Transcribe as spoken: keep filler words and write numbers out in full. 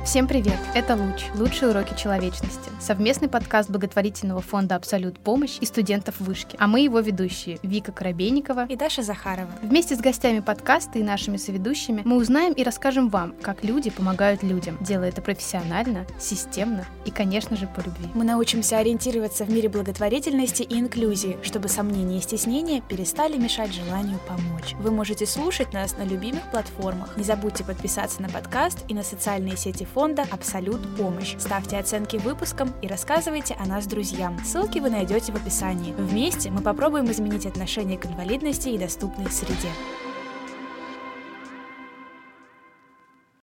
Всем привет! Это «Луч» – лучшие уроки человечности. Совместный подкаст благотворительного фонда «Абсолют Помощь» и студентов вышки. А мы его ведущие Вика Коробейникова и Даша Захарова. Вместе с гостями подкаста и нашими соведущими мы узнаем и расскажем вам, как люди помогают людям, делая это профессионально, системно и, конечно же, по любви. Мы научимся ориентироваться в мире благотворительности и инклюзии, чтобы сомнения и стеснения перестали мешать желанию помочь. Вы можете слушать нас на любимых платформах. Не забудьте подписаться на подкаст и на социальные сети фонда «Абсолют Помощь». Ставьте оценки выпускам и рассказывайте о нас друзьям. Ссылки вы найдете в описании. Вместе мы попробуем изменить отношение к инвалидности и доступной среде.